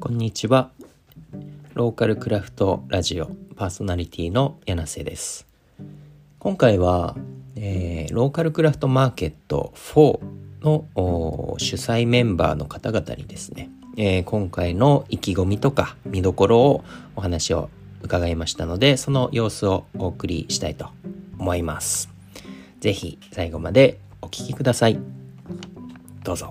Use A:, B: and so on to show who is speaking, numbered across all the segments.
A: こんにちは。ローカルクラフトラジオパーソナリティの柳瀬です。今回は、ローカルクラフトマーケット4の主催メンバーの方々にですね、今回の意気込みとか見どころをお話を伺いましたので、その様子をお送りしたいと思います。ぜひ最後までお聞きください。どうぞ。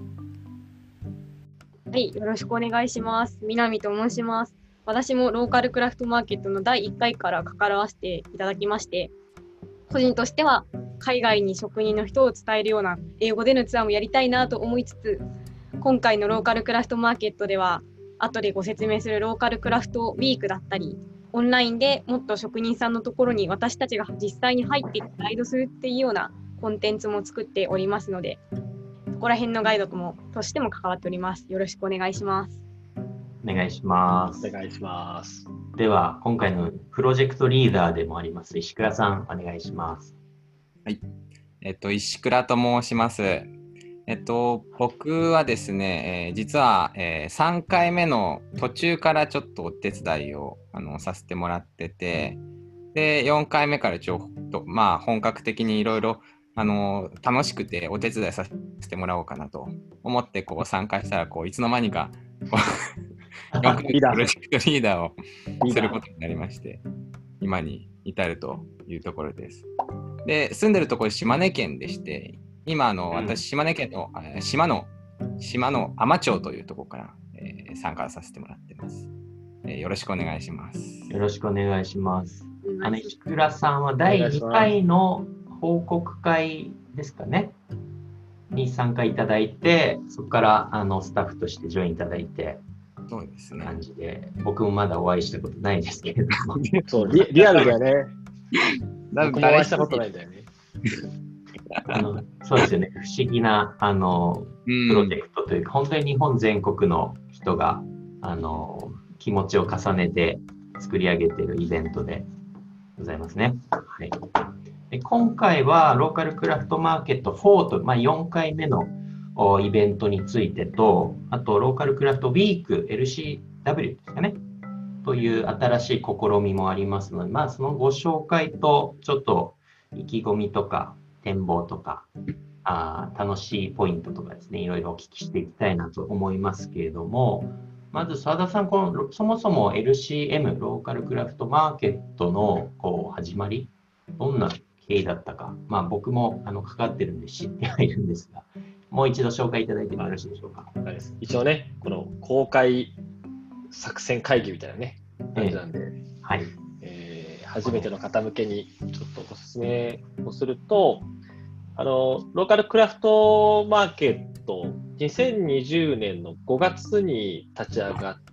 B: はい、よろしくお願いします。南と申します。私もローカルクラフトマーケットの第1回から関わらせていただきまして、個人としては海外に職人の人を伝えるような英語でのツアーもやりたいなと思いつつ、今回のローカルクラフトマーケットでは後でご説明するローカルクラフトウィークだったり、オンラインでもっと職人さんのところに私たちが実際に入ってガイドするっていうようなコンテンツも作っておりますので、ここら辺のガイドとしても関わっております。よろしくお願いします。
C: お願いします。
D: お願いします。
C: では、今回のプロジェクトリーダーでもあります石倉さん、お願いします。
E: はい。石倉と申します。僕はですね、実は、3回目の途中からちょっとお手伝いをさせてもらってて、で、4回目からちょっと、本格的にいろいろ楽しくてお手伝いさせてもらおうかなと思って参加したらいつの間にか4回目のプロジェクトリーダーをすることになりまして、今に至るというところです。で、住んでるところ島根県でして、今私島根県の島の海士町というところから、参加させてもらってます。よろしくお願いします。
C: よろしくお願いします。石倉さんは第2回の報告会ですかねに参加いただいて、そこからスタッフとしてジョインいただいて、
E: そうですね。
C: 感じで、僕もまだお会いしたことないですけれども。
D: そう、リアルだよね。僕もお会いしたことないんだよね。
C: そうですよね。不思議なプロジェクトというか、本当に日本全国の人が気持ちを重ねて作り上げているイベントでございますね。はい。で今回はローカルクラフトマーケット4と、4回目のイベントについてと、あとローカルクラフトウィーク LCW ですかねという新しい試みもありますので、そのご紹介とちょっと意気込みとか展望とか楽しいポイントとかですね、いろいろお聞きしていきたいなと思いますけれども、まず澤田さん、そもそも LCM ローカルクラフトマーケットの始まり、どんな経緯だったか、僕も関わってるんで知ってはいるんですが、もう一度紹介いただいてもよろしいでしょうか。
D: 一応ね、この公開作戦会議みたいなね、感じなんで、
C: はい。
D: 初めての方向けにちょっとご説明をすると、ローカルクラフトマーケット、2020年の5月に立ち上がって、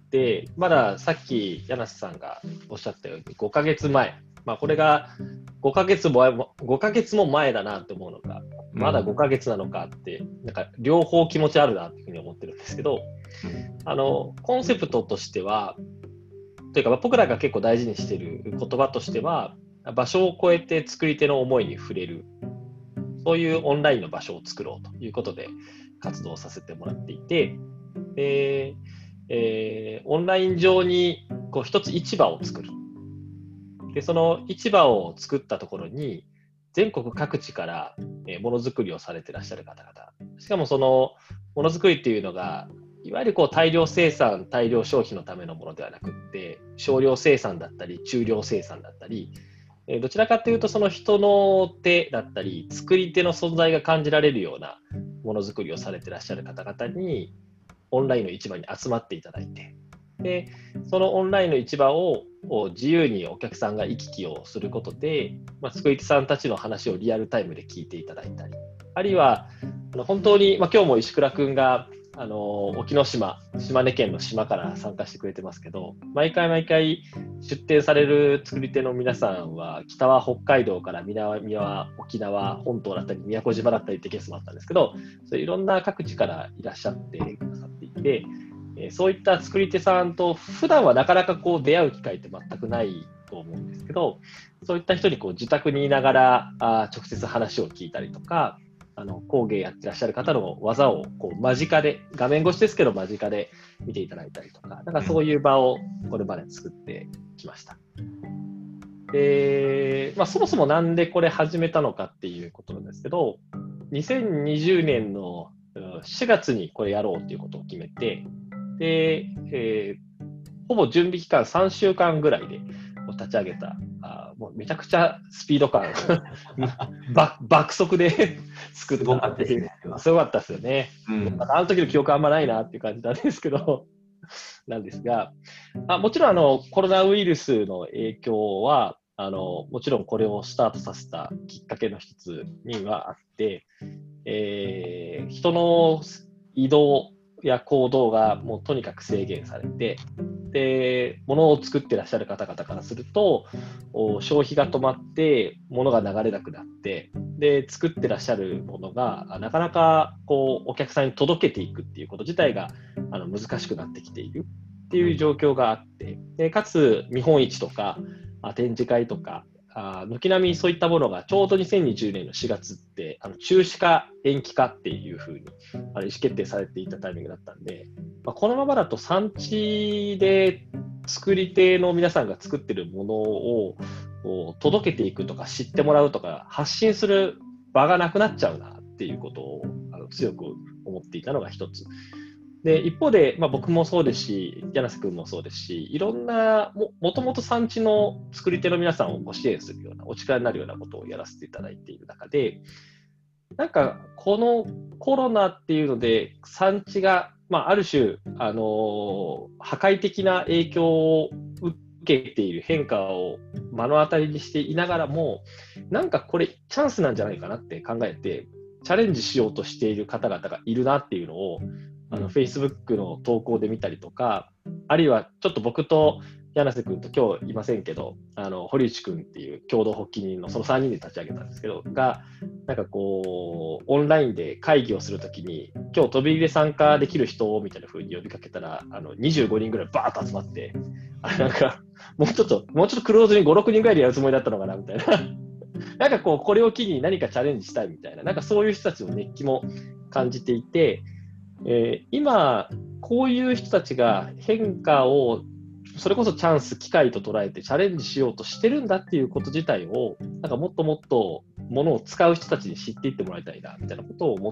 D: まださっき柳瀬さんがおっしゃったように5ヶ月前、これが5ヶ月も前だなと思うのか、まだ5ヶ月なのかって、なんか両方気持ちあるなというふうに思ってるんですけど、コンセプトとしては、というか僕らが結構大事にしている言葉としては、場所を超えて作り手の思いに触れる、そういうオンラインの場所を作ろうということで活動させてもらっていて、オンライン上に一つ市場を作る。で、その市場を作ったところに、全国各地からものづくりをされていらっしゃる方々、しかもそのものづくりっていうのが、いわゆる大量生産、大量消費のためのものではなくって、少量生産だったり、中量生産だったり、どちらかというとその人の手だったり、作り手の存在が感じられるようなものづくりをされていらっしゃる方々に、オンラインの市場に集まっていただいて、でそのオンラインの市場を自由にお客さんが行き来をすることで、作り手さんたちの話をリアルタイムで聞いていただいたり、あるいは本当に、今日も石倉くんが沖ノ島、島根県の島から参加してくれてますけど、毎回出展される作り手の皆さんは、北は北海道から南は沖縄本島だったり宮古島だったりってケースもあったんですけど、そういろんな各地からいらっしゃってくださっていて、そういった作り手さんと普段はなかなか出会う機会って全くないと思うんですけど、そういった人に自宅にいながら直接話を聞いたりとか、 工芸やってらっしゃる方の技をこう間近で、画面越しですけど間近で見ていただいたりとか、なんかそういう場をこれまで作ってきました。で、そもそもなんでこれ始めたのかっていうことなんですけど、2020年の4月にこれやろうっていうことを決めて、で、ほぼ準備期間3週間ぐらいで立ち上げた、もうめちゃくちゃスピード感爆速で作った。すごかったですね。すごかったですよね。あの時の記憶あんまないなっていう感じなんですけど、なんですが、もちろんコロナウイルスの影響は、もちろんこれをスタートさせたきっかけの一つにはあって、人の移動や行動がもうとにかく制限されて、で、物を作ってらっしゃる方々からすると、消費が止まって、物が流れなくなって、で、作ってらっしゃるものが、なかなかこうお客さんに届けていくっていうこと自体が難しくなってきているっていう状況があって、でかつ見本市とか展示会とか、軒並みそういったものがちょうど2020年の4月って中止か延期かっていうふうに意思決定されていたタイミングだったんで、このままだと産地で作り手の皆さんが作ってるものを届けていくとか知ってもらうとか発信する場がなくなっちゃうなっていうことを強く思っていたのが一つ。で一方で、僕もそうですし、柳瀬君もそうですし、いろんなもともと産地の作り手の皆さんをご支援するような、お力になるようなことをやらせていただいている中で、なんかこのコロナっていうので産地が、ある種、破壊的な影響を受けている変化を目の当たりにしていながらも、なんかこれチャンスなんじゃないかなって考えてチャレンジしようとしている方々がいるなっていうのをFacebook の投稿で見たりとか、あるいはちょっと僕と柳瀬君と今日いませんけど、堀内君っていう共同発起人のその3人で立ち上げたんですけど、なんかこう、オンラインで会議をするときに、今日飛び入れ参加できる人みたいな風に呼びかけたら、25人ぐらいバーッと集まって、なんか、もうちょっとクローズに5、6人ぐらいでやるつもりだったのかなみたいな。なんかこう、これを機に何かチャレンジしたいみたいな、なんかそういう人たちの熱気も感じていて、今、こういう人たちが変化をそれこそチャンス、機会と捉えてチャレンジしようとしてるんだっていうこと自体を、なんかもっともっとものを使う人たちに知っていってもらいたいなみたいなことを思って、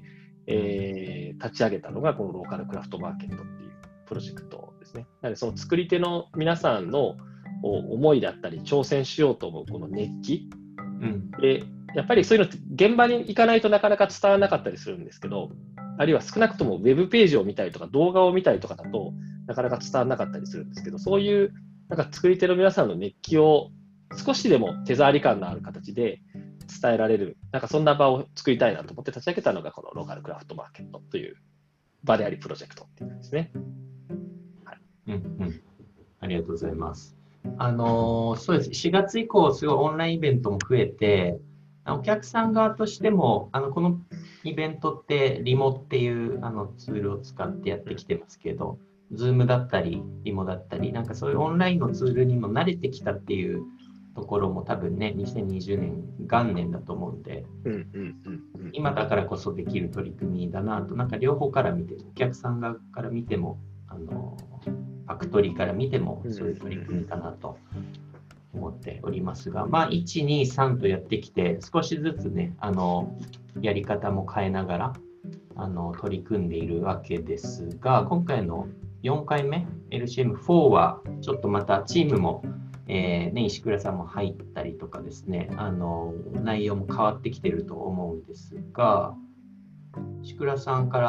D: 立ち上げたのがこのローカルクラフトマーケットっていうプロジェクトですね。なのでその作り手の皆さんの思いだったり挑戦しようと思うこの熱気、でやっぱりそういうのって現場に行かないとなかなか伝わらなかったりするんですけど、あるいは少なくともウェブページを見たりとか動画を見たりとかだとなかなか伝わらなかったりするんですけど、そういうなんか作り手の皆さんの熱気を少しでも手触り感のある形で伝えられる、なんかそんな場を作りたいなと思って立ち上げたのがこのローカルクラフトマーケットという場でありプロジェクトっていう感じですね。
C: はい、ありがとうございます。そうです。4月以降すごいオンラインイベントも増えて、お客さん側としてもこのイベントってリモっていうツールを使ってやってきてますけど、Zoom だったりリモだったり、なんかそういうオンラインのツールにも慣れてきたっていうところも多分ね、2020年元年だと思うんで、今だからこそできる取り組みだなと、なんか両方から見て、お客さん側から見てもファクトリーから見てもそういう取り組みかなと思っておりますが、1、2、3とやってきて、少しずつね、やり方も変えながら取り組んでいるわけですが、今回の4回目、LCM4 はちょっとまたチームも、石倉さんも入ったりとかですね、内容も変わってきていると思うんですが、石倉さんから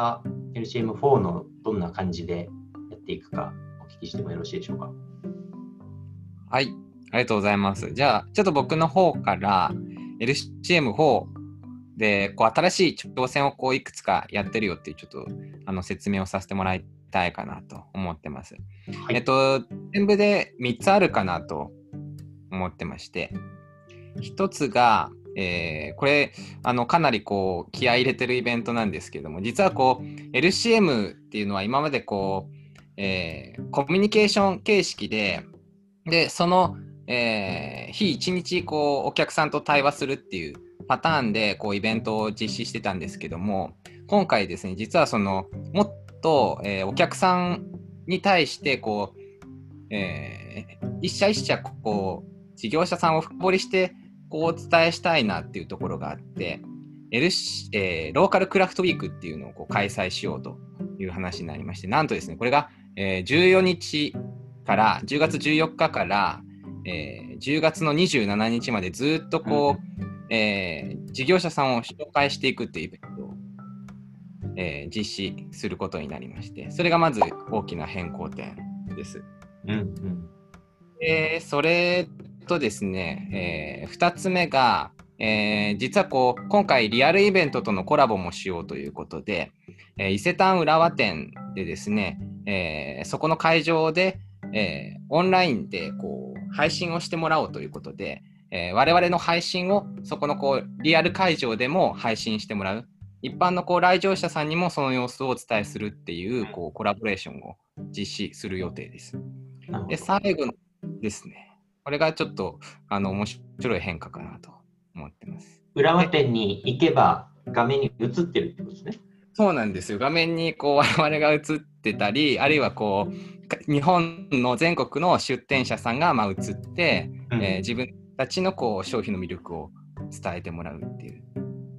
C: LCM4 のどんな感じでやっていくかお聞きしてもよろしいでしょうか。
E: はい、ありがとうございます。じゃあ、ちょっと僕の方から LCM4 で新しい挑戦をいくつかやってるよっていうちょっと説明をさせてもらいたいかなと思ってます。はい、全部で3つあるかなと思ってまして、1つが、これかなり気合い入れてるイベントなんですけども、実はLCM っていうのは今までコミュニケーション形式でその、日一日お客さんと対話するっていうパターンでこうイベントを実施してたんですけども、今回ですね、実はそのもっと、お客さんに対してこう、一社一社こう事業者さんを深掘りしてこうお伝えしたいなっていうところがあって、ローカルクラフトウィークっていうのをこう開催しようという話になりまして、なんとですね、これが、14日から10月14日から、10月の27日までずっとこう、事業者さんを紹介していくっていうイベントを、実施することになりまして、それがまず大きな変更点です。それとですね、2つ目が、実はこう今回リアルイベントとのコラボもしようということで、伊勢丹浦和店でですね、そこの会場で、オンラインでこう配信をしてもらおうということで、我々の配信をそこのこうリアル会場でも配信してもらう、一般のこう来場者さんにもその様子をお伝えするっていう、こうコラボレーションを実施する予定です。で、最後ですね、これがちょっと面白い変化かなと思ってます。
C: 浦和店に行けば画面に映ってるってことですね。
E: そうなんですよ。画面にこう我々が映ってたり、あるいはこう日本の全国の出店者さんが映って、自分たちのこう商品の魅力を伝えてもらうっていう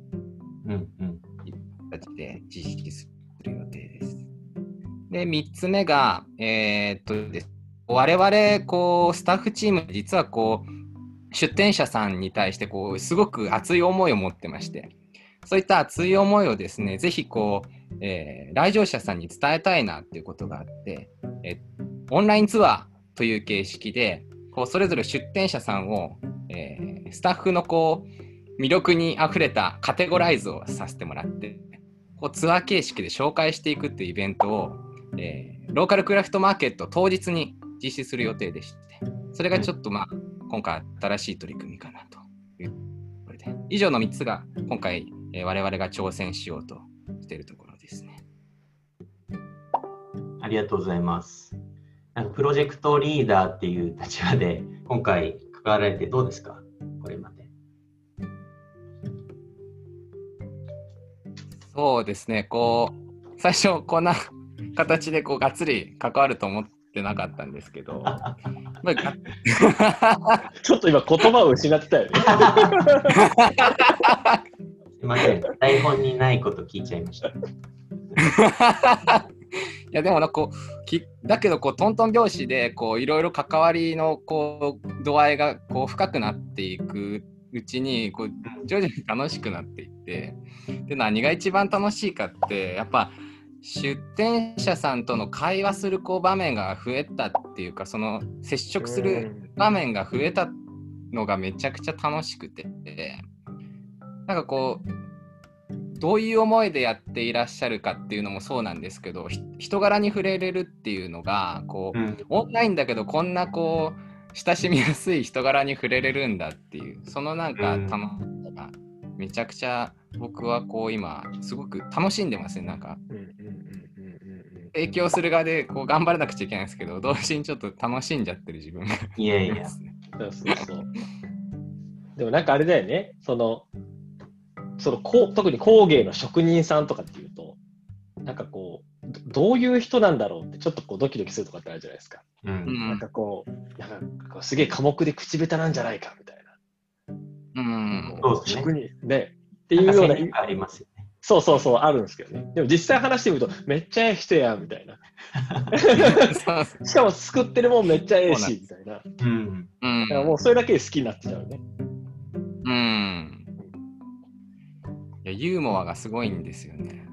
E: 形で実施する予定です。で、3つ目が、我々こうスタッフチーム実はこう出店者さんに対してこうすごく熱い思いを持ってまして、そういった熱い思いをですね、ぜひこう、来場者さんに伝えたいなっていうことがあって、オンラインツアーという形式でこうそれぞれ出店者さんを、スタッフのこう魅力にあふれたカテゴライズをさせてもらって、こうツアー形式で紹介していくっていうイベントを、ローカルクラフトマーケット当日に実施する予定でして、それがちょっと今回新しい取り組みかなというところで、以上の3つが今回、我々が挑戦しようとしているところですね。
C: ありがとうございます。なんかプロジェクトリーダーっていう立場で今回関わられてどうですか、これまで。
E: そうですね、こう最初こんな形でこうがっつり関わると思ってなかったんですけど
D: ちょっと今言葉を失ってたよね
C: すいません、台本にないこと聞いちゃいましたい
E: やでもだけどこうトントン拍子でこういろいろ関わりのこう度合いがこう深くなっていくうちにこう徐々に楽しくなっていって、で何が一番楽しいかってやっぱ出店者さんとの会話するこう場面が増えたっていうか、その接触する場面が増えたのがめちゃくちゃ楽しくて、なんかこうどういう思いでやっていらっしゃるかっていうのもそうなんですけど、人柄に触れれるっていうのがこう、オンラインだけどこんなこう親しみやすい人柄に触れれるんだっていう、そのなんか楽しさがめちゃくちゃ僕はこう今すごく楽しんでますね。なんか提供する側でこう頑張らなくちゃいけないんですけど、同時にちょっと楽しんじゃってる自分が
C: いやいや
D: そうでもなんかあれだよね、特に工芸の職人さんとかっていうと、なんかこうどういう人なんだろうってちょっとこうドキドキするとかってあるじゃないですか。なんかこうすげえ寡黙で口下手なんじゃないかみたいな。
C: そうですね。
D: 職人ねっていうような
C: ありますよね。
D: そうあるんですけどね。でも実際話してみるとめっちゃええ人やみたいな。しかも作ってるもんめっちゃええしみたいな。だからもうそれだけで好きになっちゃうね。
E: いやユーモアがすごいんですよね。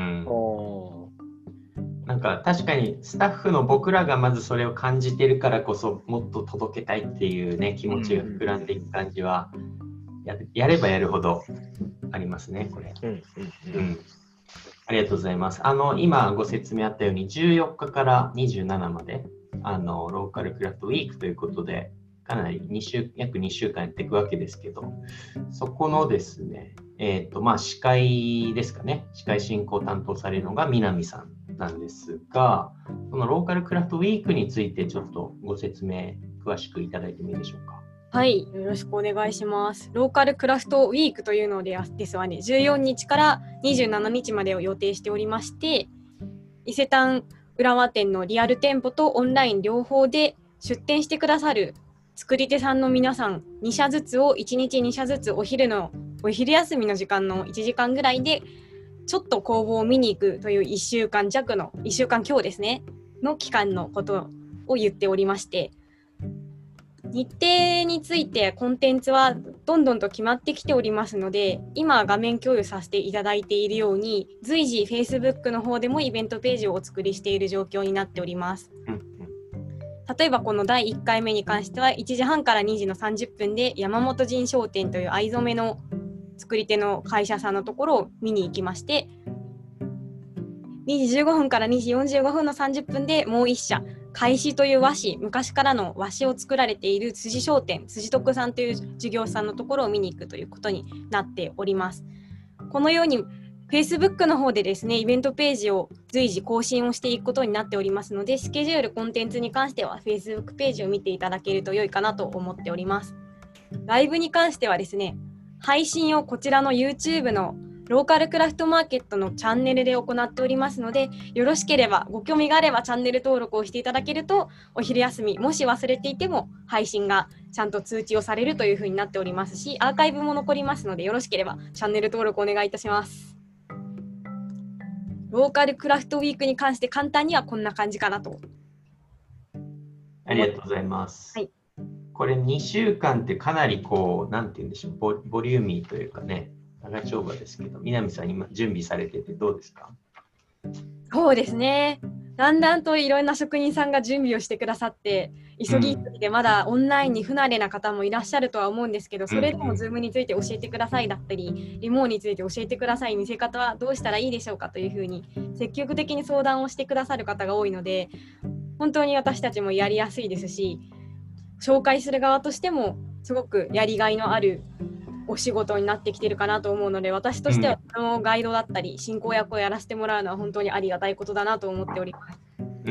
C: なんか確かにスタッフの僕らがまずそれを感じてるからこそ、もっと届けたいっていうね気持ちが膨らんでいく感じは、やればやるほどありますね、これ。ありがとうございます。今ご説明あったように14日から27までローカルクラフトウィークということで、かなり約2週間やっていくわけですけど、そこのですね、司会ですかね、司会進行担当されるのが南さんなんですが、そのローカルクラフトウィークについてちょっとご説明詳しくいただいてもいいでしょうか。
B: はい、よろしくお願いします。ローカルクラフトウィークというのですわね、14日から27日までを予定しておりまして、伊勢丹浦和店のリアル店舗とオンライン両方で出店してくださる作り手さんの皆さん2社ずつを1日2社ずつお昼休みの時間の1時間ぐらいでちょっと工房を見に行くという1週間弱の1週間強ですねの期間のことを言っておりまして、日程についてコンテンツはどんどんと決まってきておりますので、今画面共有させていただいているように随時 Facebook の方でもイベントページをお作りしている状況になっております。例えばこの第1回目に関しては1時半から2時の30分で山本陣商店という藍染めの作り手の会社さんのところを見に行きまして、2時15分から2時45分の30分でもう1社海紙という和紙、昔からの和紙を作られている辻商店、辻徳さんという事業者さんのところを見に行くということになっております。このように Facebook の方でですね、イベントページを随時更新をしていくことになっておりますので、スケジュール、コンテンツに関しては Facebook ページを見ていただけると良いかなと思っております。ライブに関してはですね、配信をこちらの YouTube のローカルクラフトマーケットのチャンネルで行っておりますので、よろしければご興味があればチャンネル登録をしていただけると、お昼休みもし忘れていても配信がちゃんと通知をされるというふうになっておりますし、アーカイブも残りますので、よろしければチャンネル登録お願いいたします。ローカルクラフトウィークに関して簡単にはこんな感じかなと。
C: ありがとうございます。
B: はい、
C: これ2週間ってかなりこう、なんて言うんでしょう、ボリューミーというかね、長丁場ですけど、南さん今準備されててどうですか？
B: そうですね。だんだんといろんな職人さんが準備をしてくださって、急ぎでまだオンラインに不慣れな方もいらっしゃるとは思うんですけど、それでもズームについて教えてくださいだったり、リモーについて教えてください、見せ方はどうしたらいいでしょうかというふうに積極的に相談をしてくださる方が多いので、本当に私たちもやりやすいですし、紹介する側としてもすごくやりがいのあるお仕事になってきてるかなと思うので、私としてはこのガイドだったり進行役をやらせてもらうのは本当にありがたいことだなと思っております。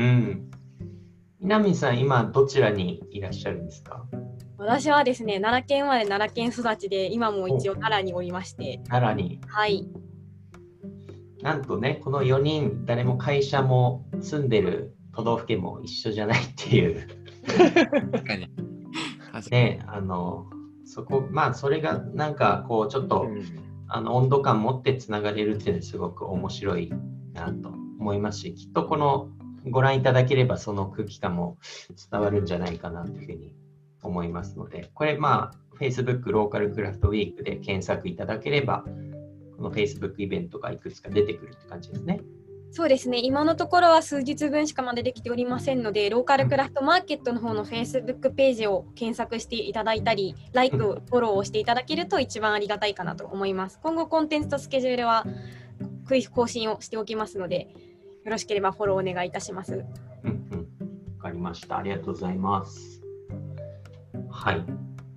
C: 南さん今どちらにいらっしゃるんですか？
B: 私はですね、奈良県生まれ奈良県育ちで、今も一応奈良におりまして。
C: 奈良に。
B: はい。
C: なんとね、この4人誰も会社も住んでる都道府県も一緒じゃないっていう
E: 確かに
C: ね、そこ、まあそれがなんかこうちょっと、温度感持ってつながれるっていうのはすごく面白いなと思いますし、きっとこのご覧いただければその空気感も伝わるんじゃないかなというふうに思いますので、これまあ Facebook ローカルクラフトウィークで検索いただければ、この Facebook イベントがいくつか出てくるって感じですね。
B: そうですね、今のところは数日分しかまだできておりませんので、ローカルクラフトマーケットの方の Facebook ページを検索していただいたり、フォローをしていただけると一番ありがたいかなと思います。今後コンテンツとスケジュールは更新をしておきますので、よろしければフォローお願いいたします。
C: わかりました。ありがとうございます。はい。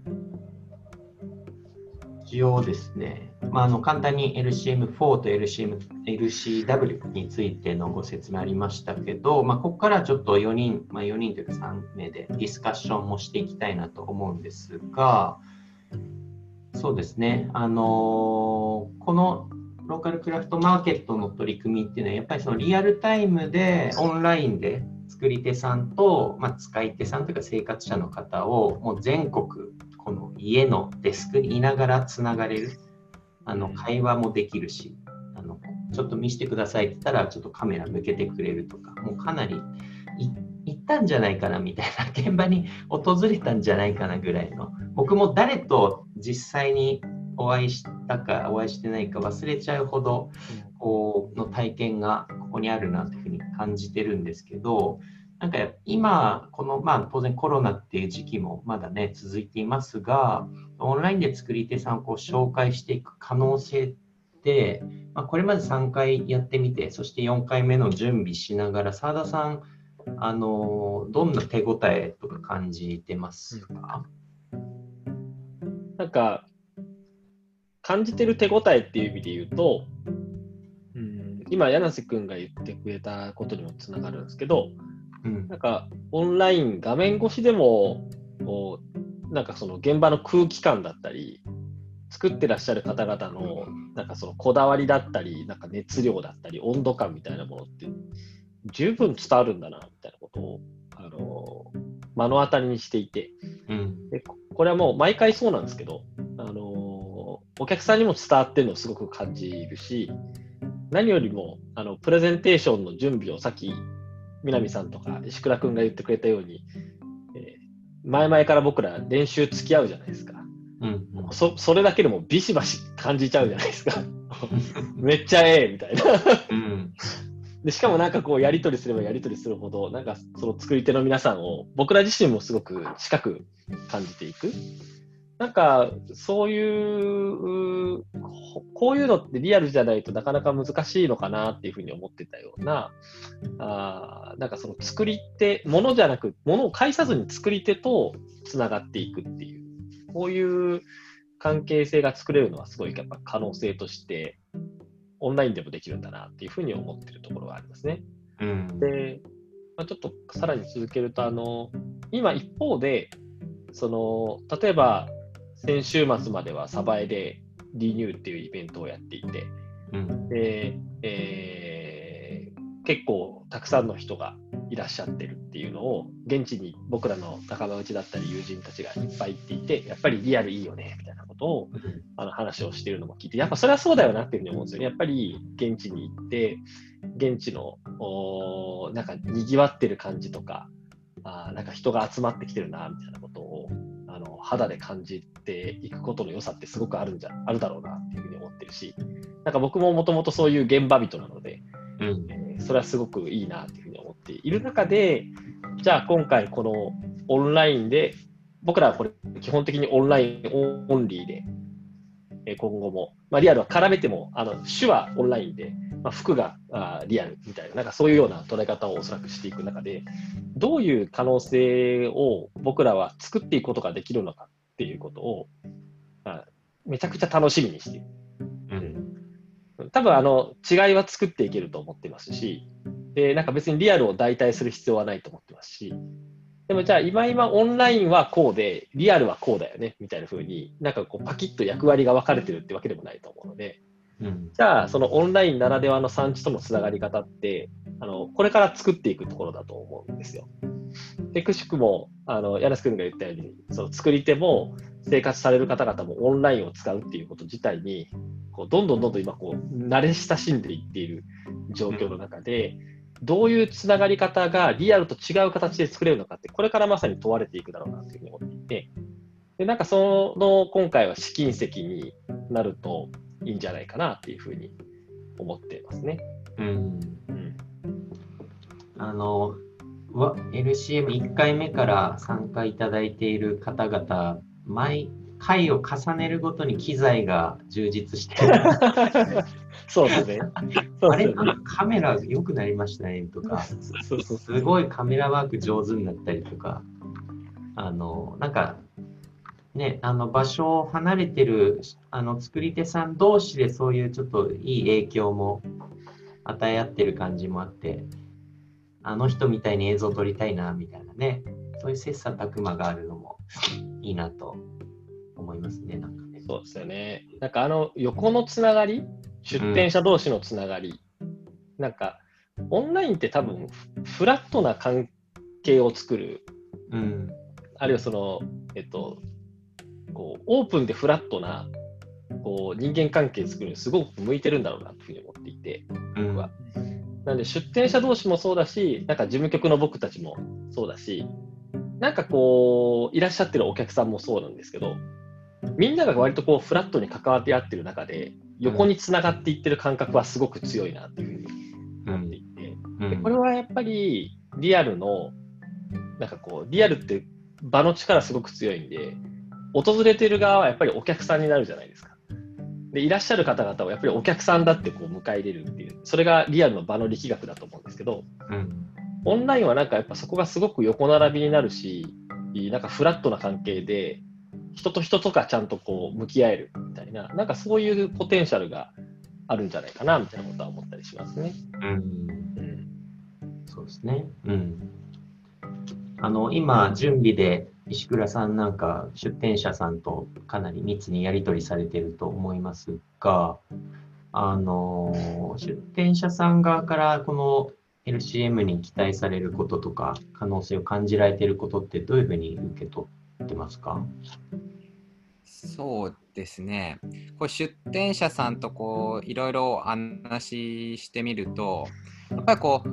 C: 一応ですね、簡単に LCM4 と LCW についてのご説明ありましたけど、ここからちょっと4人というか3名でディスカッションもしていきたいなと思うんですが、そうですね、このローカルクラフトマーケットの取り組みっていうのは、やっぱりそのリアルタイムでオンラインで作り手さんと、使い手さんというか生活者の方をもう全国この家のデスクにいながらつながれる、会話もできるし、ちょっと見せてくださいって言ったらちょっとカメラ向けてくれるとか、もうかなり行ったんじゃないかなみたいな、現場に訪れたんじゃないかなぐらいの、僕も誰と実際にお会いしたかお会いしてないか忘れちゃうほどこうの体験がここにあるなというふうに感じてるんですけど、なんか今この当然コロナっていう時期もまだね続いていますが、オンラインで作り手さんをこう紹介していく可能性って、これまで3回やってみて、そして4回目の準備しながら、澤田さんどんな手応えとか感じてますか？
D: なんか感じてる手応えっていう意味で言うと、今柳瀬君が言ってくれたことにもつながるんですけど、なんかオンライン画面越しでもこうなんかその現場の空気感だったり、作ってらっしゃる方々のなんかそのこだわりだったり、なんか熱量だったり、温度感みたいなものって十分伝わるんだなみたいなことを目の当たりにしていて、でこれはもう毎回そうなんですけど、お客さんにも伝わってるのをすごく感じるし、何よりもプレゼンテーションの準備をさっき南さんとか石倉君が言ってくれたように、前々から僕ら練習付き合うじゃないですか。それだけでもビシバシ感じちゃうじゃないですか。めっちゃええみたいな。でしかもなんかこうやり取りすればやり取りするほど、なんかその作り手の皆さんを僕ら自身もすごく近く感じていく。なんかそういうこういうのってリアルじゃないとなかなか難しいのかなっていうふうに思ってたような、なんかその作り手、ものじゃなくものを介さずに作り手とつながっていくっていう、こういう関係性が作れるのはすごいやっぱ可能性としてオンラインでもできるんだなっていうふうに思ってるところがありますね。で、ちょっとさらに続けると、今一方で例えば先週末まではサバエでリニューっていうイベントをやっていて、で、結構たくさんの人がいらっしゃってるっていうのを現地に僕らの仲間内だったり友人たちがいっぱい行っていて、やっぱりリアルいいよねみたいなことを話をしているのも聞いて、やっぱそれはそうだよなっていうふうに思うんですよね。やっぱり現地に行って現地のなんか賑わってる感じとか、なんか人が集まってきてるなみたいなことを肌で感じていくことの良さってすごくあるだろうなっていうふうに思ってるし、なんか僕ももともとそういう現場人なので、それはすごくいいなっていうふうに思っている中で、じゃあ今回このオンラインで、僕らはこれ基本的にオンラインオンリーで、今後も、リアルは絡めても主はオンラインで、服がリアルみたいな、なんかそういうような捉え方をおそらくしていく中で、どういう可能性を僕らは作っていくことができるのかっていうことを、めちゃくちゃ楽しみにしている。多分違いは作っていけると思ってますし、でなんか別にリアルを代替する必要はないと思ってますし、でもじゃあ今オンラインはこうでリアルはこうだよねみたいな風になんかこうパキッと役割が分かれてるってわけでもないと思うので、じゃあそのオンラインならではの産地とのつながり方ってこれから作っていくところだと思うんですよ。でくしくも柳瀬君が言ったように、その作り手も生活される方々もオンラインを使うっていうこと自体にどんどん今慣れ親しんでいっている状況の中で、どういうつながり方がリアルと違う形で作れるのかって、これからまさに問われていくだろうなというふうに思っていて、でなんか今回は試金石になるといいんじゃないかなっていうふうに思っていますね。
C: LCM1 回目から参加いただいている方々、毎回を重ねるごとに機材が充実している。
D: そうですね。
C: あれ、カメラ良くなりましたねとか、すごいカメラワーク上手になったりとか、なんか、ね、場所を離れてる作り手さん同士でそういうちょっといい影響も与え合ってる感じもあって、あの人みたいに映像撮りたいなみたいなね、そういう切磋琢磨があるのもいいなと思いますね。なんかね。
D: そうですよね。なんか横のつながり、出店者同士のつながり、なんかオンラインって多分フラットな関係を作る、あるいはオープンでフラットな人間関係を作るのにすごく向いてるんだろうなというふうに思っていて、僕は。なので出店者同士もそうだし、なんか事務局の僕たちもそうだし、なんかいらっしゃってるお客さんもそうなんですけど、みんなが割とフラットに関わって合ってる中で横につながっていってる感覚はすごく強いなというふうに思っていて、でこれはやっぱりリアルのなんかリアルって場の力すごく強いんで、訪れてる側はやっぱりお客さんになるじゃないですか。でいらっしゃる方々はやっぱりお客さんだって迎え入れるっていう、それがリアルの場の力学だと思うんですけど、オンラインはなんかやっぱそこがすごく横並びになるし、なんかフラットな関係で人と人とかちゃんと向き合えるみたいな、なんかそういうポテンシャルがあるんじゃないかなみたいなことは思ったりしますね。
C: そうですね。今準備で石倉さんなんか出店者さんとかなり密にやり取りされていると思いますが、出店者さん側からこの LCM に期待されることとか可能性を感じられていることってどういうふうに受け取ってますか？
E: そうですね。こう出店者さんとこういろいろ話してみると、やっぱりこう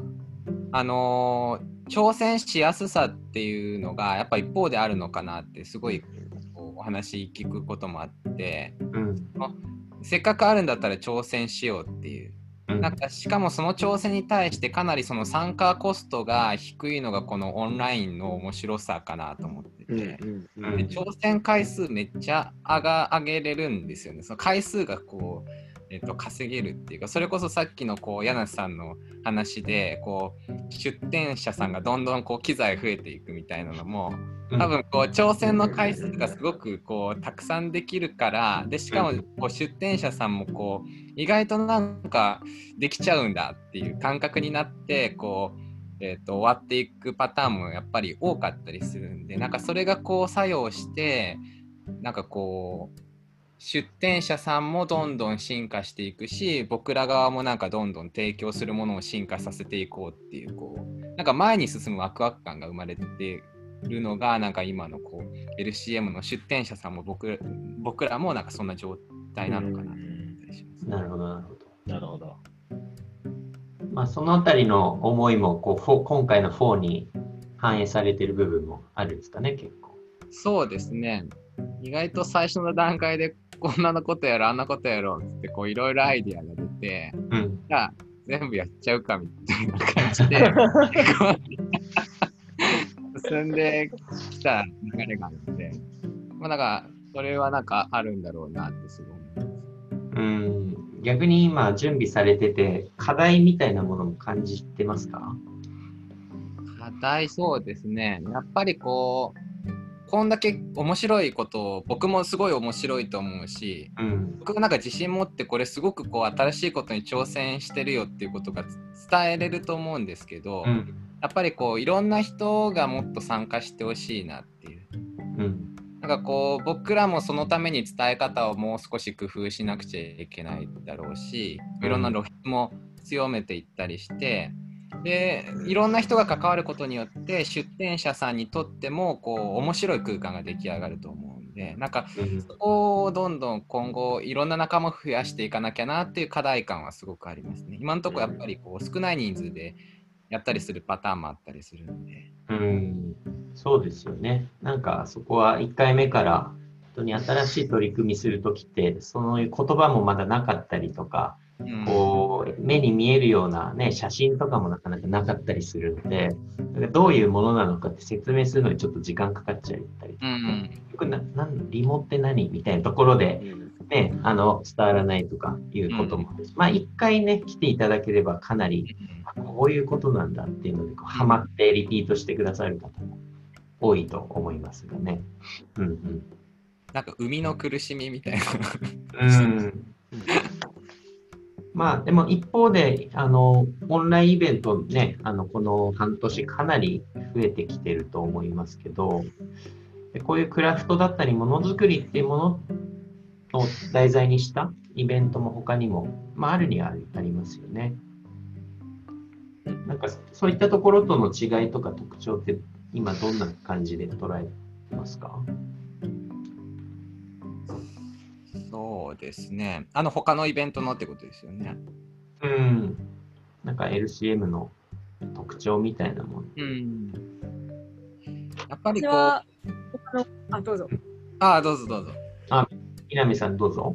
E: 挑戦しやすさっていうのがやっぱ一方であるのかなってすごいこうお話聞くこともあって、せっかくあるんだったら挑戦しようっていう、なんかしかもその挑戦に対してかなりその参加コストが低いのがこのオンラインの面白さかなと思ってて、で挑戦回数めっちゃ上げれるんですよね。その回数がこう稼げるっていうか、それこそさっきのこう柳瀬さんの話でこう出店者さんがどんどんこう機材増えていくみたいなのも多分こう挑戦の回数がすごくこうたくさんできるから、でしかもこう出店者さんもこう意外となんかできちゃうんだっていう感覚になってこう終わっていくパターンもやっぱり多かったりするんで、なんかそれがこう作用してなんかこう出店者さんもどんどん進化していくし、僕ら側もなんかどんどん提供するものを進化させていこうっていう、こうなんか前に進むワクワク感が生まれてるのがなんか今のこう LCM の出店者さんも僕らもなんかそんな状態なのかなと思ったりします。
C: なるほど、なるほど。
D: なるほど。
C: まあそのあたりの思いもこう今回の4に反映されている部分もあるんですかね、結構。
E: そうですね。意外と最初の段階でこんなことやろうあんなことやろうってこういろいろアイディアが出て、じゃあ全部やっちゃうかみたいな感じで進んできた流れがあるので、まあなんかそれはなんかあるんだろうなってすごい思います。
C: 逆に今準備されてて課題みたいなものも感じてますか？
E: 課題、そうですね。やっぱりこんだけ面白いことを僕もすごい面白いと思うし、僕がなんか自信持ってこれすごくこう新しいことに挑戦してるよっていうことが伝えれると思うんですけど、やっぱりこういろんな人がもっと参加してほしいなっていう、なんかこう僕らもそのために伝え方をもう少し工夫しなくちゃいけないだろうし、いろんな露出も強めていったりして、でいろんな人が関わることによって出店者さんにとってもこう面白い空間が出来上がると思うんで、なんかそこをどんどん今後いろんな仲間を増やしていかなきゃなっていう課題感はすごくありますね。今のところやっぱりこう少ない人数でやったりするパターンもあったりするので。
C: そうですよね。なんかそこは1回目から本当に新しい取り組みするときってそういう言葉もまだなかったりとか、こう目に見えるような、ね、写真とかもなかなかなかったりするので、どういうものなのかって説明するのにちょっと時間かかっちゃったりとか、リモって何みたいなところで、ね、伝わらないとかいうこともあるし、まあ一回ね来ていただければかなりこういうことなんだっていうのでハマってリピートしてくださる方も多いと思いますがね。
E: なんか生みの苦しみみたいな。
C: まあでも一方でオンラインイベントねこの半年かなり増えてきてると思いますけど、こういうクラフトだったりものづくりっていうものを題材にしたイベントも他にも、まあ、あるにはありますよね。なんかそういったところとの違いとか特徴って今どんな感じで捉えてますか？
E: そうですね。他のイベントのってことですよね。
C: なんか LCM の特徴みたいなもの。
E: やっぱりこう。
B: どうぞ。
E: どうぞ。
C: 南さんどうぞ。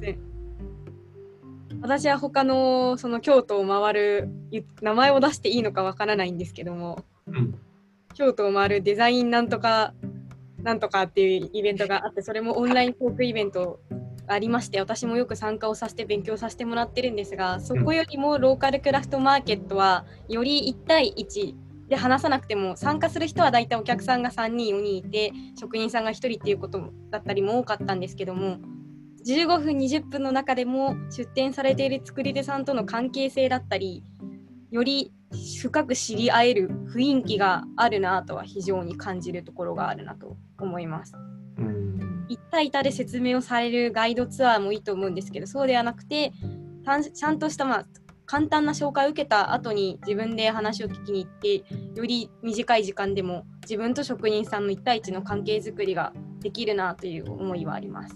B: 私は他のその京都を回る名前を出していいのかわからないんですけども、京都を回るデザインなんとかっていうイベントがあって、それもオンライントークイベントありまして、私もよく参加をさせて勉強させてもらってるんですが、そこよりもローカルクラフトマーケットはより1対1で話さなくても、参加する人は大体お客さんが3人4人いて職人さんが1人っていうことだったりも多かったんですけども、15分20分の中でも出展されている作り手さんとの関係性だったり、より深く知り合える雰囲気があるなとは非常に感じるところがあるなと思います。一対一で説明をされるガイドツアーもいいと思うんですけど、そうではなくてちゃんとした、簡単な紹介を受けた後に自分で話を聞きに行って、より短い時間でも自分と職人さんの一対一の関係づくりができるなという思いはあります。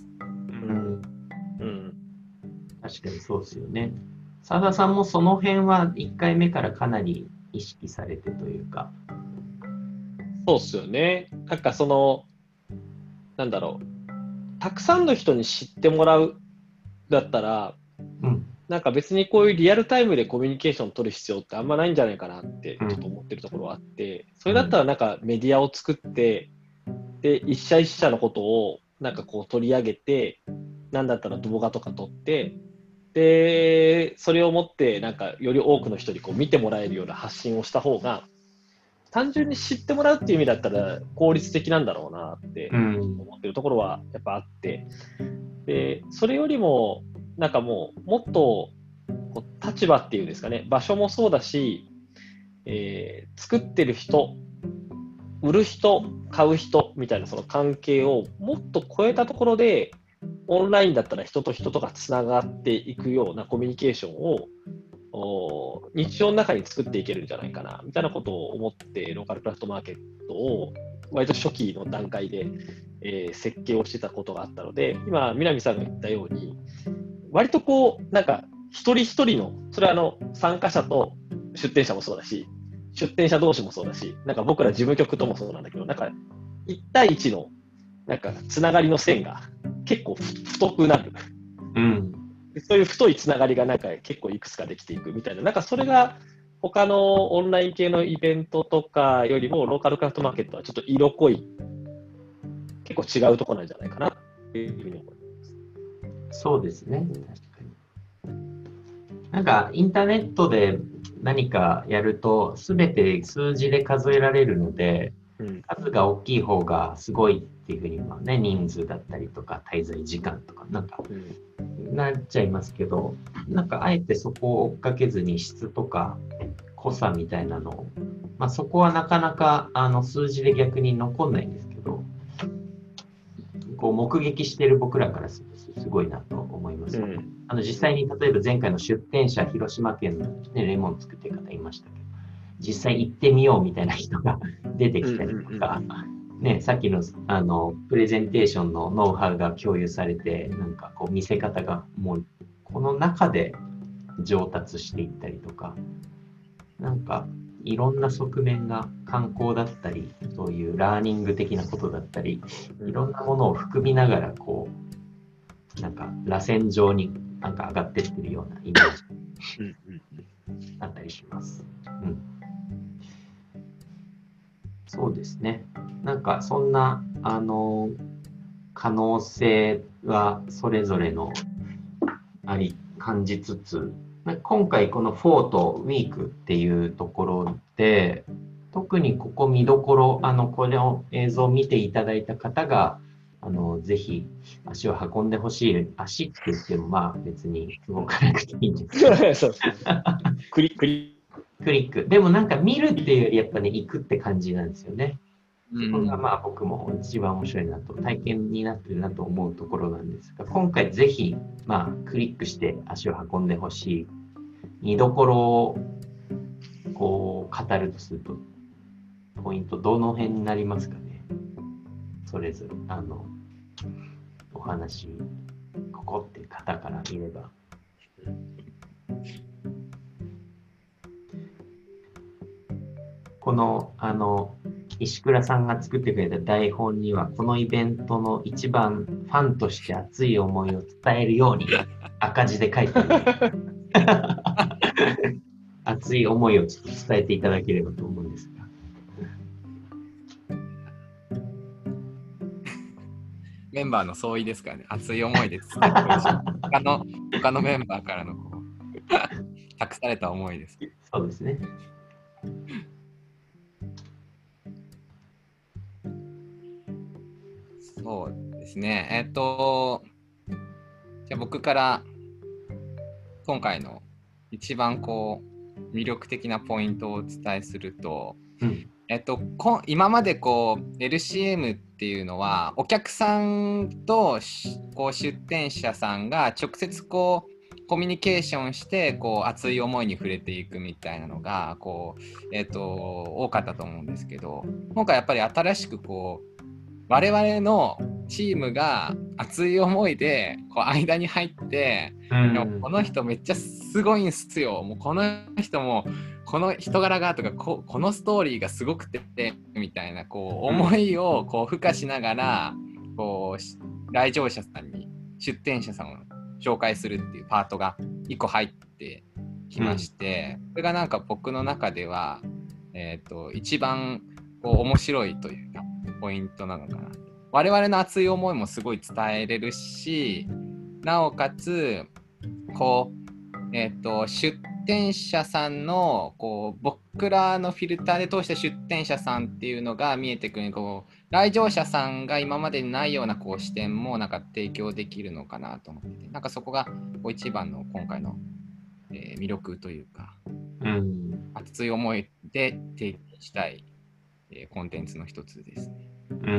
C: 確かにそうですよね。澤田さんもその辺は1回目からかなり意識されてというか。
D: そうですよね。なんかなんだろう、たくさんの人に知ってもらうだったら、なんか別にこういうリアルタイムでコミュニケーション取る必要ってあんまないんじゃないかなってちょっと思ってるところはあって、それだったらなんかメディアを作って、で一社一社のことをなんかこう取り上げて、なんだったら動画とか撮って、でそれを持ってなんかより多くの人にこう見てもらえるような発信をした方が、単純に知ってもらうっていう意味だったら効率的なんだろうなって思ってるところはやっぱあって、でそれよりもなんかもっとこう立場っていうんですかね、場所もそうだし、作ってる人、売る人、買う人みたいなその関係をもっと超えたところで、オンラインだったら人と人とがつながっていくようなコミュニケーションを日常の中に作っていけるんじゃないかなみたいなことを思って、ローカルクラフトマーケットを割と初期の段階で、設計をしてたことがあったので、今南さんが言ったように割とこうなんか一人一人の、それは参加者と出店者もそうだし、出店者同士もそうだし、なんか僕ら事務局ともそうなんだけど、なんか1対1のなんかつながりの線が結構太くなる。そういう太いつながりがなんか結構いくつかできていくみたいな、なんかそれが他のオンライン系のイベントとかよりもローカルクラフトマーケットはちょっと色濃い、結構違うところなんじゃないかなっていうふうに思います。
C: そうですね、確かに。なんかインターネットで何かやると全て数字で数えられるので、数が大きい方がすごいっていうふうにね、人数だったりとか滞在時間とかなんかなっちゃいますけど、なんかあえてそこを追っかけずに質とか濃さみたいなのを、そこはなかなか数字で逆に残んないんですけど、こう目撃している僕らからするとすごいなと思います。実際に例えば前回の出店者、広島県の、ね、レモン作ってる方いましたけど、実際行ってみようみたいな人が出てきたりとか、ね、さっきのプレゼンテーションのノウハウが共有されて、なんかこう見せ方がもうこの中で上達していったりとか、なんかいろんな側面が観光だったり、そういうラーニング的なことだったり、いろんなものを含みながらこうなんか螺旋状になんか上がってってるようなイメージだったりします。そうですね。なんかそんな可能性はそれぞれの感じつつ、今回このフォーとウィークっていうところで、特にここ見どころ、この映像を見ていただいた方がぜひ足を運んでほしい。足って言っても別に動かなくていいんですけど
D: クリッ
C: ク。でもなんか見るっていうよりやっぱね、行くって感じなんですよね。そこが僕も一番面白いなと、体験になってるなと思うところなんですが、今回ぜひクリックして足を運んでほしい見どころをこう語るとすると、ポイントどの辺になりますかね。それぞれお話、ここっていう方から見れば。この石倉さんが作ってくれた台本には、このイベントの一番ファンとして熱い思いを伝えるように赤字で書いてある熱い思いをちょっと伝えていただければと思うんですが。
E: メンバーの相違ですからね、熱い思いで伝えてほしい。他のメンバーからの託された思いです。
C: そうですね。
E: そうですね。じゃあ僕から今回の一番魅力的なポイントをお伝えすると、
C: うん
E: 今までこう LCM っていうのはお客さんとこう出店者さんが直接こうコミュニケーションしてこう熱い思いに触れていくみたいなのがこう、多かったと思うんですけど、今回やっぱり新しくこう我々のチームが熱い思いでこう間に入って、この人めっちゃすごいんすよ、もうこの人もこの人柄がとかこのストーリーがすごくてみたいなこう思いをこう付加しながらこう来場者さんに出店者さんを紹介するっていうパートが1個入ってきまして、それがなんか僕の中では、一番こう面白いというかポイントなのかな。我々の熱い思いもすごい伝えれるし、なおかつこう、出店者さんのこう僕らのフィルターで通して出店者さんっていうのが見えてくる、こう来場者さんが今までにないようなこう視点もなんか提供できるのかなと思ってて、なんかそこがこう一番の今回の、魅力というか、熱い思いで提供したい、コンテンツの一つですね。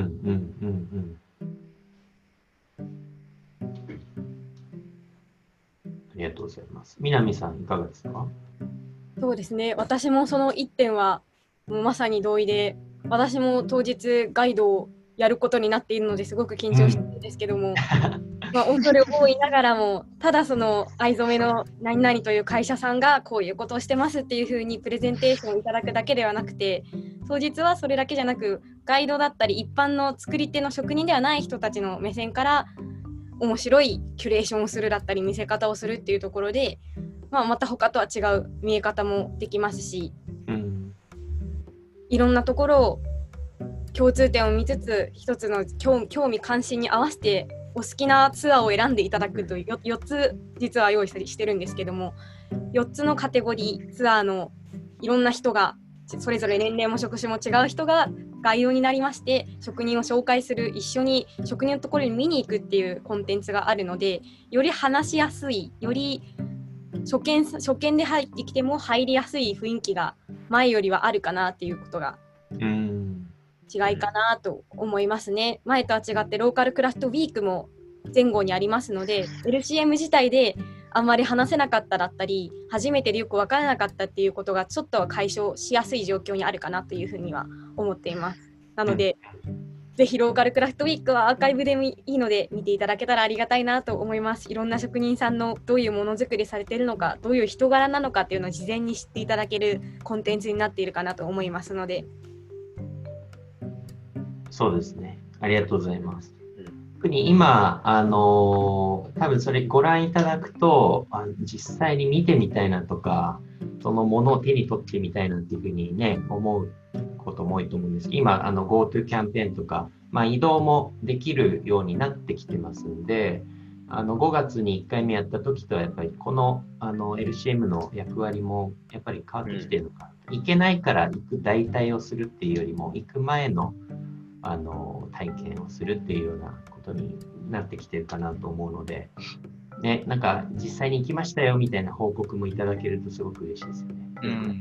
C: ありがとうございます。南さんいかがですか？
B: そうですね、私もその1点はもうまさに同意で、私も当日ガイドをやることになっているのですごく緊張してるんですけども、恐れ多いながらも、ただその藍染めの何々という会社さんがこういうことをしてますっていうふうにプレゼンテーションをいただくだけではなくて、当日はそれだけじゃなくガイドだったり一般の作り手の職人ではない人たちの目線から面白いキュレーションをするだったり見せ方をするっていうところで、また他とは違う見え方もできますし、いろんなところを共通点を見つつ一つの興味関心に合わせてお好きなツアーを選んでいただくという4つ実は用意してるんですけども、4つのカテゴリーツアーのいろんな人がそれぞれ年齢も職種も違う人がガイドになりまして、職人を紹介する、一緒に職人のところに見に行くっていうコンテンツがあるので、より話しやすい、より初見で入ってきても入りやすい雰囲気が前よりはあるかなっていうことが違いかなと思いますね。前とは違ってローカルクラフトウィークも前後にありますので、 LCM 自体であんまり話せなかっただったり初めてでよく分からなかったっていうことがちょっとは解消しやすい状況にあるかなというふうには思っています。なので、ぜひローカルクラフトウィークはアーカイブでもいいので見ていただけたらありがたいなと思います。いろんな職人さんのどういうものづくりされているのか、どういう人柄なのかっていうのを事前に知っていただけるコンテンツになっているかなと思いますので。
C: そうですね、ありがとうございます。特に今多分それご覧いただくと実際に見てみたいなとか、そのものを手に取ってみたいなっていうふうにね思うことも多いと思うんですけど、今GoTo キャンペーンとか、移動もできるようになってきてますんで、5月に1回目やった時とはやっぱりこのLCM の役割もやっぱり変わってきてるのか、行けないから行く代替をするっていうよりも行く前の体験をするっていうようなことになってきてるかなと思うので、ね、なんか実際に行きましたよみたいな報告もいただけるとすごく嬉しいですよね。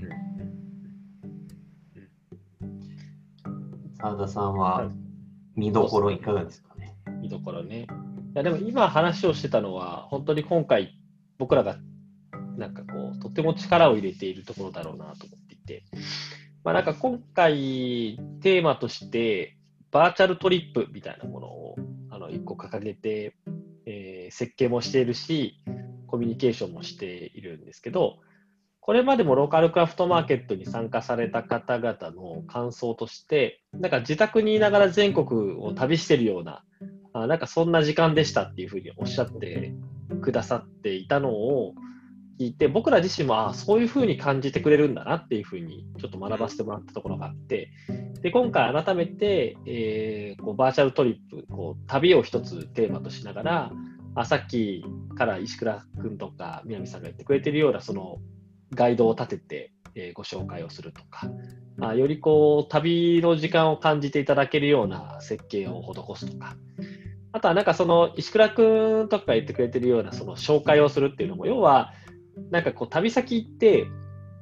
C: 澤田さんは見どころいかがですかね？
D: 見どころね。いやでも今話をしてたのは本当に今回僕らがなんかこうとても力を入れているところだろうなと思っていて、なんか今回テーマとしてバーチャルトリップみたいなものを1個掲げて、設計もしているしコミュニケーションもしているんですけど、これまでもローカルクラフトマーケットに参加された方々の感想として、なんか自宅にいながら全国を旅しているような、なんかそんな時間でしたっていうふうにおっしゃってくださっていたのを聞いて、僕ら自身もそういうふうに感じてくれるんだなっていうふうにちょっと学ばせてもらったところがあって、で今回改めて、こうバーチャルトリップ、こう旅を一つテーマとしながら、さっきから石倉君とか南さんが言ってくれているようなそのガイドを立てて、ご紹介をするとか、よりこう旅の時間を感じていただけるような設計を施すとか、あとはなんかその石倉君とかが言ってくれているようなその紹介をするっていうのも、要はなんかこう旅先行って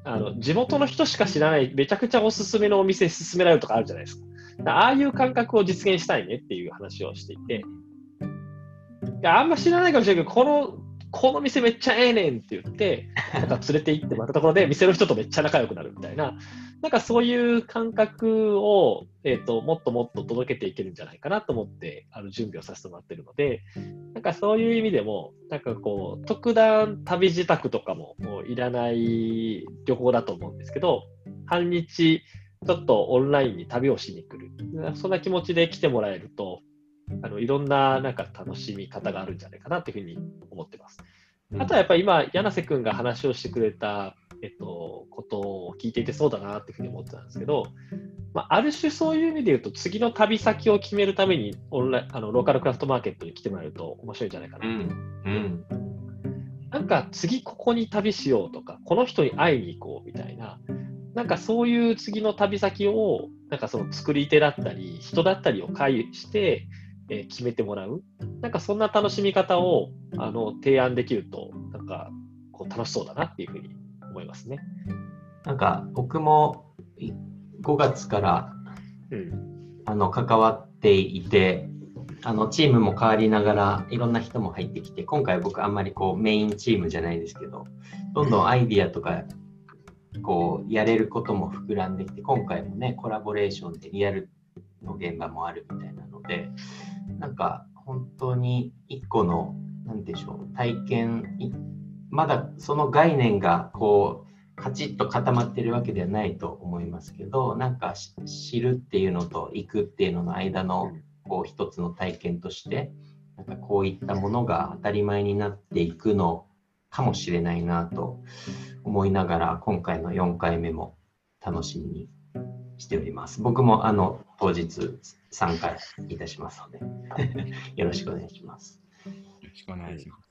D: 地元の人しか知らないめちゃくちゃおすすめのお店勧められるとかあるじゃないですか。ああいう感覚を実現したいねっていう話をしていて、あんま知らないかもしれないけど、この店めっちゃええねんって言って、なんか連れて行ってもらったところで、店の人とめっちゃ仲良くなるみたいな、なんかそういう感覚を、もっともっと届けていけるんじゃないかなと思って、準備をさせてもらっているので、なんかそういう意味でも、なんかこう、特段旅支度とかもいらない旅行だと思うんですけど、半日、ちょっとオンラインに旅をしに来る。そんな気持ちで来てもらえると、いろんななんか楽しみ方があるんじゃないかなというふうに思ってます。あとはやっぱり今、柳瀬君が話をしてくれた、ことを聞いていてそうだなというふうに思ってたんですけど、ある種そういう意味で言うと、次の旅先を決めるためにローカルクラフトマーケットに来てもらえると面白いんじゃないかなと。なんか次ここに旅しようとか、この人に会いに行こうみたいな、なんかそういう次の旅先を、なんかその作り手だったり、人だったりを介して、決めてもらう。なんかそんな楽しみ方を提案できると、なんかこう楽しそうだなっていうふうに思いますね。
C: なんか僕も5月から、関わっていて、チームも変わりながらいろんな人も入ってきて、今回僕あんまりこうメインチームじゃないですけど、どんどんアイディアとかこうやれることも膨らんできて、今回もねコラボレーションでリアルの現場もあるみたいなので、なんか本当に一個のなんでしょう体験、まだその概念がこうカチッと固まってるわけではないと思いますけど、なんか知るっていうのと行くっていうのの間のこう一つの体験として、なんかこういったものが当たり前になっていくのかもしれないなと思いながら、今回の4回目も楽しみにしております。僕も当日参加いたしますのでよろしくお願いします。
E: よろしくお願いします。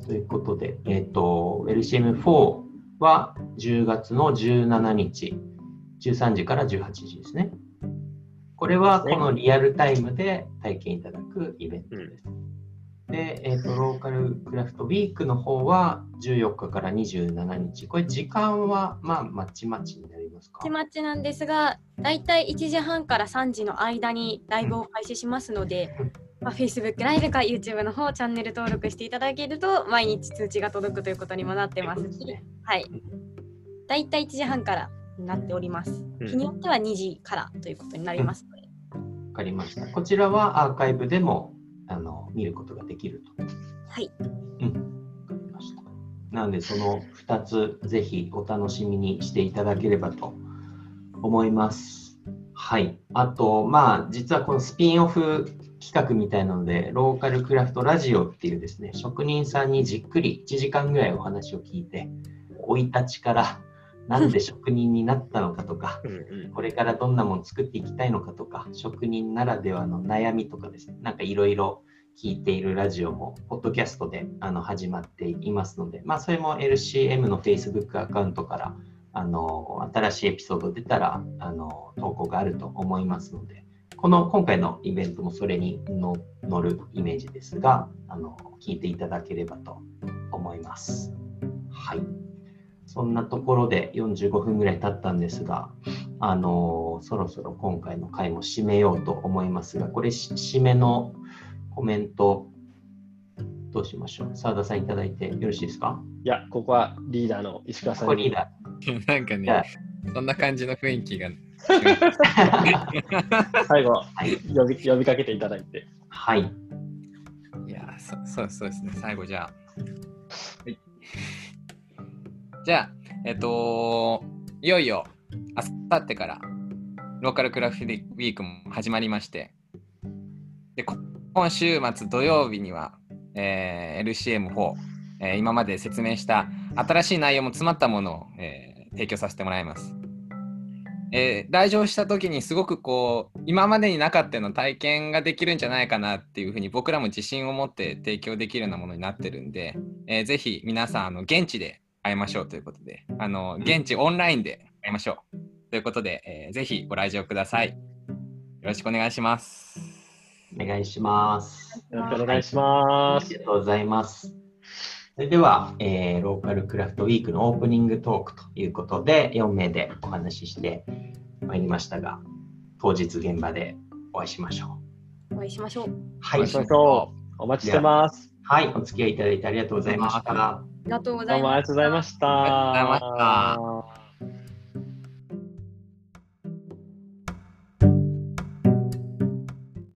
C: ということで、LCM4 は10月の17日、13時から18時ですね。これはこのリアルタイムで体験いただくイベントです。で、ローカルクラフトウィークの方は14日から27日。これ時間はまちまちになりますか？
B: まちまちなんですが、だいたい1時半から3時の間にライブを開始しますので、Facebook ライブか YouTube の方チャンネル登録していただけると毎日通知が届くということにもなってますし、はい。だいたい1時半からになっております。日によっては2時からということになりますので。
C: わかりました。こちらはアーカイブでも見ることができると。
B: はい。
C: わかりました。なのでその2つぜひお楽しみにしていただければと思います。はい。あと実はこのスピンオフ企画みたいなので、ローカルクラフトラジオっていうですね、職人さんにじっくり1時間ぐらいお話を聞いて、生い立ちからなんで職人になったのかとか、これからどんなもの作っていきたいのかとか、職人ならではの悩みとかですね、なんかいろいろ聞いているラジオも、ポッドキャストで始まっていますので、それも LCM の Facebook アカウントから新しいエピソード出たら投稿があると思いますので、今回のイベントもそれに乗るイメージですが、聞いていただければと思います。はい。そんなところで45分ぐらい経ったんですが、そろそろ今回の回も締めようと思いますが、これ締めのコメントどうしましょう。澤田さんいただいてよろしいですか？
D: いや、ここはリーダーの石川さんに。
C: リーダ
E: ーなんかね、そんな感じの雰囲気が
D: 最後、呼びかけていただいて。
C: はい。
E: いや、そうですね。最後じゃあ。はい。じゃあ、いよいよあさってからローカルクラフトウィークも始まりまして、で今週末土曜日には、LCM4、今まで説明した新しい内容も詰まったものを、提供させてもらいます。来場した時にすごくこう今までになかったような体験ができるんじゃないかなっていうふうに僕らも自信を持って提供できるようなものになってるんで、ぜひ皆さん現地で会いましょうということで、現地オンラインで会いましょうということで、ぜひご来場ください。よろしくお願いします。
C: お願いします。
D: よろしくお願いします。
C: ありがとうございます。 それでは、ローカルクラフトウィークのオープニングトークということで、4名でお話ししてまいりましたが、当日現場でお会いしましょ
B: お会いしましょう。
C: う。はい。
D: お待ちしましょう。お待ちしてます。
C: はい、お付き合いいただいてありがとうございました。
B: ありがとうござい
D: どうもあり
B: ました。
D: がとうございました。
E: ありがとうございました。